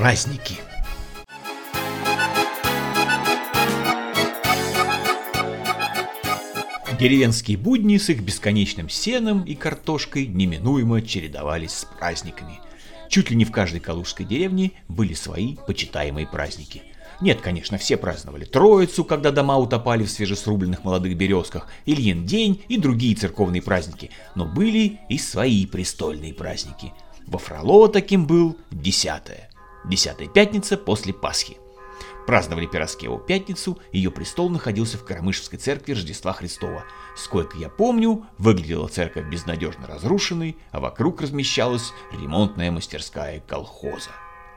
праздники. Деревенские будни с их бесконечным сеном и картошкой неминуемо чередовались с праздниками. Чуть ли не в каждой калужской деревне были свои почитаемые праздники. Нет, конечно, все праздновали Троицу, когда дома утопали в свежесрубленных молодых березках, Ильин день и другие церковные праздники, но были и свои престольные праздники. Во Фролово таким был 10-я пятница после Пасхи. Праздновали Пироскеву пятницу, ее престол находился в Карамышевской церкви Рождества Христова. Сколько я помню, выглядела церковь безнадежно разрушенной, а вокруг размещалась ремонтная мастерская колхоза.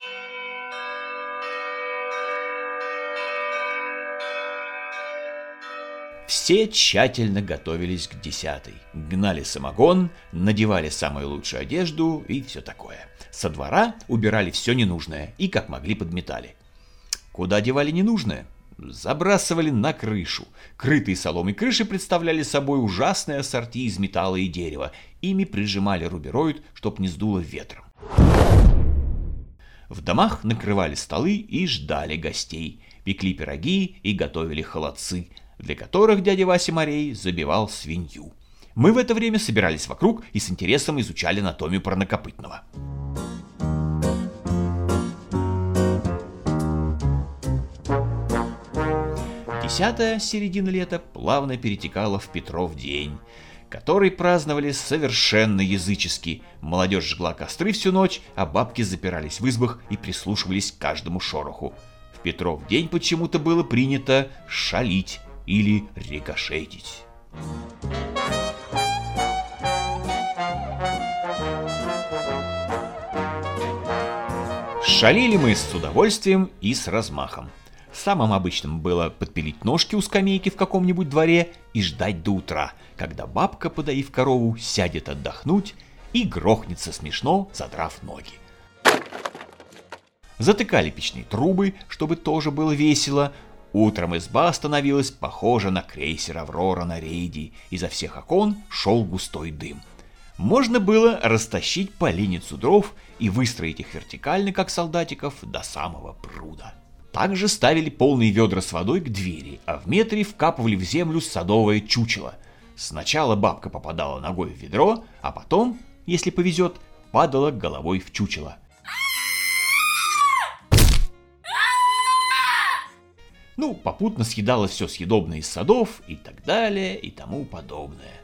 Все тщательно готовились к 10-й. Гнали самогон, надевали самую лучшую одежду и все такое. Со двора убирали все ненужное и как могли подметали. Куда девали ненужное? Забрасывали на крышу. Крытые соломой крыши представляли собой ужасное ассорти из металла и дерева. Ими прижимали рубероид, чтоб не сдуло ветром. В домах накрывали столы и ждали гостей. Пекли пироги и готовили холодцы, для которых дядя Вася Морей забивал свинью. Мы в это время собирались вокруг и с интересом изучали анатомию парнокопытного. 10-я середина лета плавно перетекала в Петров день, который праздновали совершенно язычески. Молодежь жгла костры всю ночь, а бабки запирались в избах и прислушивались к каждому шороху. В Петров день почему-то было принято шалить или рикошетить. Шалили мы с удовольствием и с размахом. Самым обычным было подпилить ножки у скамейки в каком-нибудь дворе и ждать до утра, когда бабка, подоив корову, сядет отдохнуть и грохнется смешно, задрав ноги. Затыкали печные трубы, чтобы тоже было весело. Утром изба становилась похожа на крейсер «Аврора» на рейде, изо всех окон шел густой дым. Можно было растащить поленницу дров и выстроить их вертикально, как солдатиков, до самого пруда. Также ставили полные ведра с водой к двери, а в метре вкапывали в землю садовое чучело. Сначала бабка попадала ногой в ведро, а потом, если повезет, падала головой в чучело. Ну, попутно съедала все съедобное из садов и так далее и тому подобное.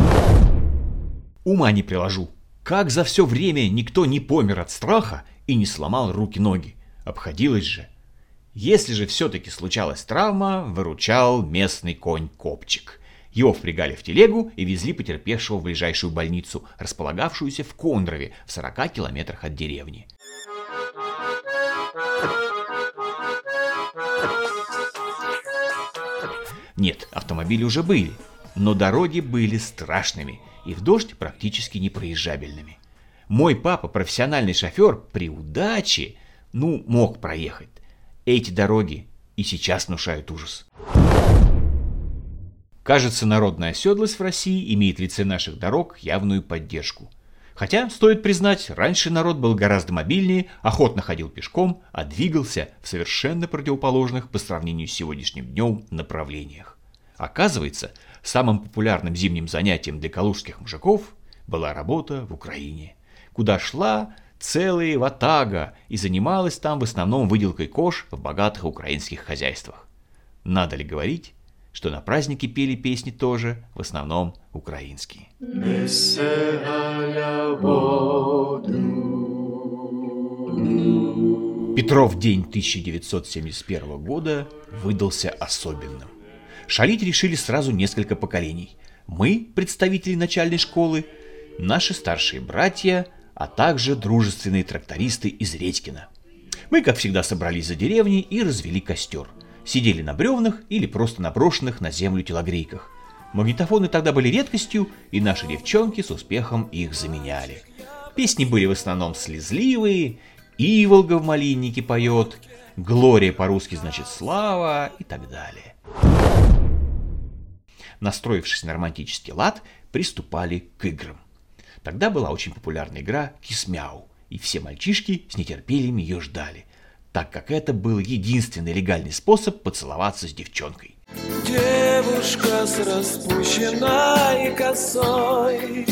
Ума не приложу, как за все время никто не помер от страха и не сломал руки-ноги. Обходилось же. Если же все-таки случалась травма, выручал местный конь Копчик. Его впрягали в телегу и везли потерпевшего в ближайшую больницу, располагавшуюся в Кондрове, в 40 километрах от деревни. Нет, автомобили уже были, но дороги были страшными и в дождь практически непроезжабельными. Мой папа, профессиональный шофер, при удаче, мог проехать. Эти дороги и сейчас внушают ужас. Кажется, народная оседлость в России имеет в лице наших дорог явную поддержку. Хотя, стоит признать, раньше народ был гораздо мобильнее, охотно ходил пешком, а двигался в совершенно противоположных по сравнению с сегодняшним днем направлениях. Оказывается, самым популярным зимним занятием для калужских мужиков была работа в Украине, куда шла целая ватага и занималась там в основном выделкой кож в богатых украинских хозяйствах. Надо ли говорить, что на празднике пели песни тоже в основном украинские. Петров день 1971 года выдался особенным. Шалить решили сразу несколько поколений. Мы, представители начальной школы, наши старшие братья, а также дружественные трактористы из Редькина. Мы, как всегда, собрались за деревней и развели костер. Сидели на бревнах или просто на брошенных на землю телогрейках. Магнитофоны тогда были редкостью, и наши девчонки с успехом их заменяли. Песни были в основном слезливые, «Иволга в малиннике поет», «Глория» по-русски значит «слава» и так далее. Настроившись на романтический лад, приступали к играм. Тогда была очень популярна игра «Кисмяу», и все мальчишки с нетерпением ее ждали. так как это был единственный легальный способ поцеловаться с девчонкой. Девушка с распущенной косой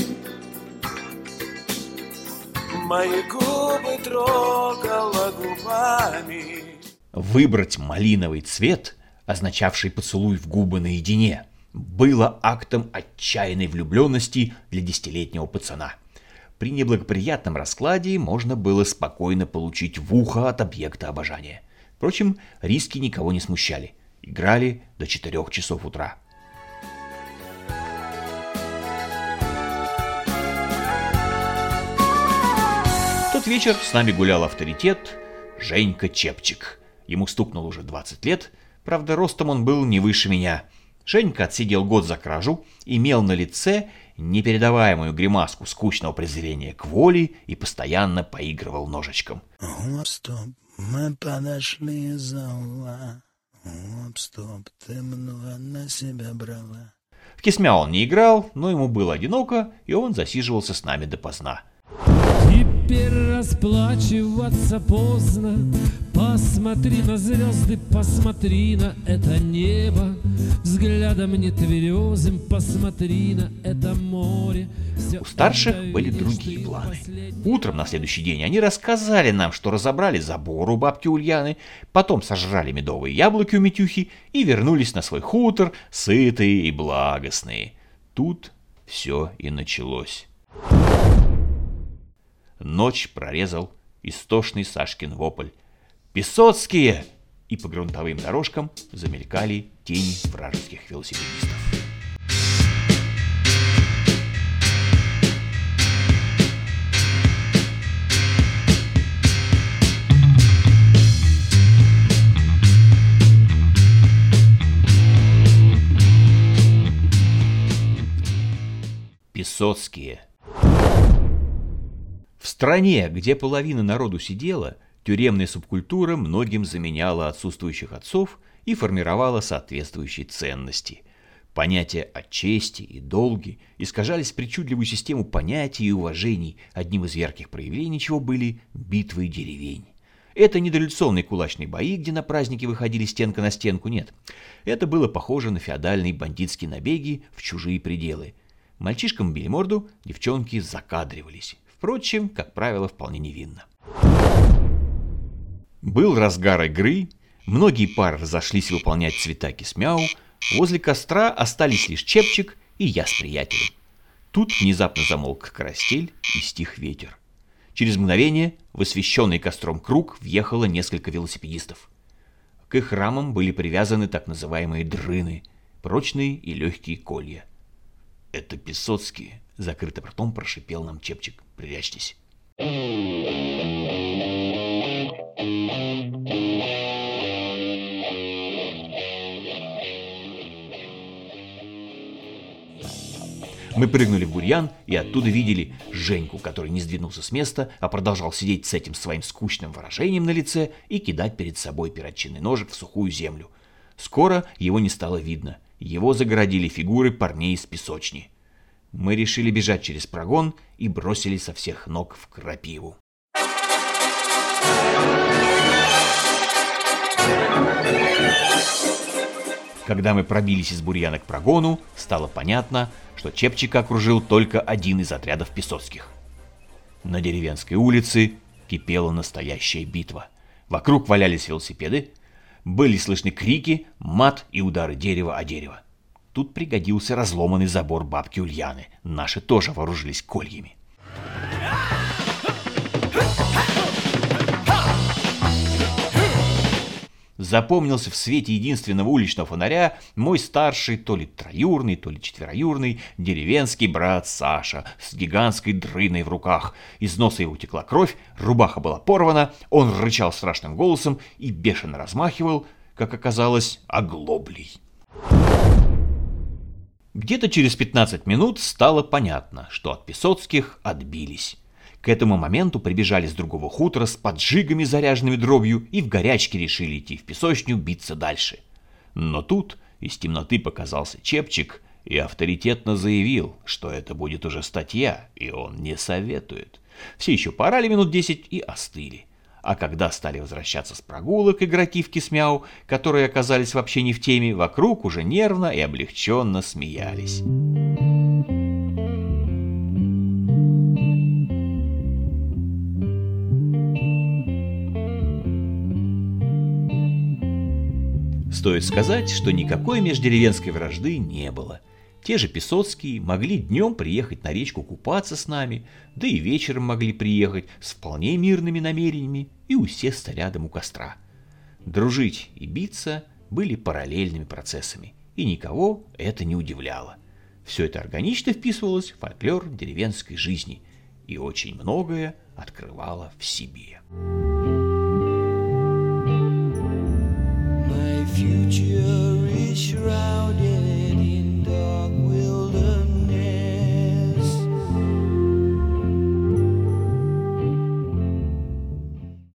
мои губы трогала губами. Выбрать малиновый цвет, означавший поцелуй в губы наедине, было актом отчаянной влюбленности для 10-летнего пацана. При неблагоприятном раскладе можно было спокойно получить в ухо от объекта обожания. Впрочем, риски никого не смущали. Играли до 4 часов утра. В тот вечер с нами гулял авторитет Женька Чепчик. Ему стукнуло уже 20 лет, правда, ростом он был не выше меня. Женька отсидел год за кражу, имел на лице непередаваемую гримаску скучного презрения к воле и постоянно поигрывал ножичком. Стоп, мы подошли за угла. Стоп, ты много на себя брала. В кисмя он не играл, но ему было одиноко, и он засиживался с нами допоздна. Теперь расплачиваться поздно. Посмотри на звезды, посмотри на это небо. Взглядом нетверезым посмотри на это море. У старших были другие планы. Утром на следующий день они рассказали нам, что разобрали забор у бабки Ульяны, потом сожрали медовые яблоки у Митюхи и вернулись на свой хутор, сытые и благостные. Тут все и началось. Ночь прорезал истошный Сашкин вопль. «Песоцкие!» И по грунтовым дорожкам замелькали тени вражеских велосипедистов. Песоцкие. В стране, где половина народу сидела, тюремная субкультура многим заменяла отсутствующих отцов и формировала соответствующие ценности. Понятия о чести и долге искажались в причудливую систему понятий и уважений, одним из ярких проявлений чего были битвы деревень. Это не дореволюционные кулачные бои, где на праздники выходили стенка на стенку, нет. Это было похоже на феодальные бандитские набеги в чужие пределы. Мальчишкам били морду, девчонки закадривались. Впрочем, как правило, вполне невинно. Был разгар игры, многие пары разошлись выполнять цвета кисмяу, возле костра остались лишь Чепчик и я с приятелем. Тут внезапно замолк карастель и стих ветер. Через мгновение в освещенный костром круг въехало несколько велосипедистов. К их рамам были привязаны так называемые дрыны, прочные и легкие колья. «Это Песоцкие», — закрытым ртом прошипел нам Чепчик. «Прячьтесь». Мы прыгнули в бурьян и оттуда видели Женьку, который не сдвинулся с места, а продолжал сидеть с этим своим скучным выражением на лице и кидать перед собой перочинный ножик в сухую землю. Скоро его не стало видно. Его загородили фигуры парней из песочни. Мы решили бежать через прогон и бросили со всех ног в крапиву. Когда мы пробились из бурьяна к прогону, стало понятно, что Чепчика окружил только один из отрядов Песоцких. На деревенской улице кипела настоящая битва. Вокруг валялись велосипеды, были слышны крики, мат и удары дерева о дерево. Тут пригодился разломанный забор бабки Ульяны. Наши тоже вооружились кольями. Запомнился в свете единственного уличного фонаря мой старший, то ли троюрный, то ли четвероюрный, деревенский брат Саша с гигантской дрыной в руках. Из носа его текла кровь, рубаха была порвана, он рычал страшным голосом и бешено размахивал, как оказалось, оглоблей. Где-то через 15 минут стало понятно, что от Песоцких отбились. К этому моменту прибежали с другого хутора с поджигами, заряженными дробью, и в горячке решили идти в песочню биться дальше. Но тут из темноты показался Чепчик и авторитетно заявил, что это будет уже статья, и он не советует. Все еще поорали минут 10 и остыли. А когда стали возвращаться с прогулок игроки в Кисмяу, которые оказались вообще не в теме, вокруг уже нервно и облегченно смеялись. Стоит сказать, что никакой междеревенской вражды не было. Те же Песоцкие могли днем приехать на речку купаться с нами, да и вечером могли приехать с вполне мирными намерениями и усесться рядом у костра. Дружить и биться были параллельными процессами, и никого это не удивляло. Все это органично вписывалось в фольклор деревенской жизни и очень многое открывало в себе. My future is shrouded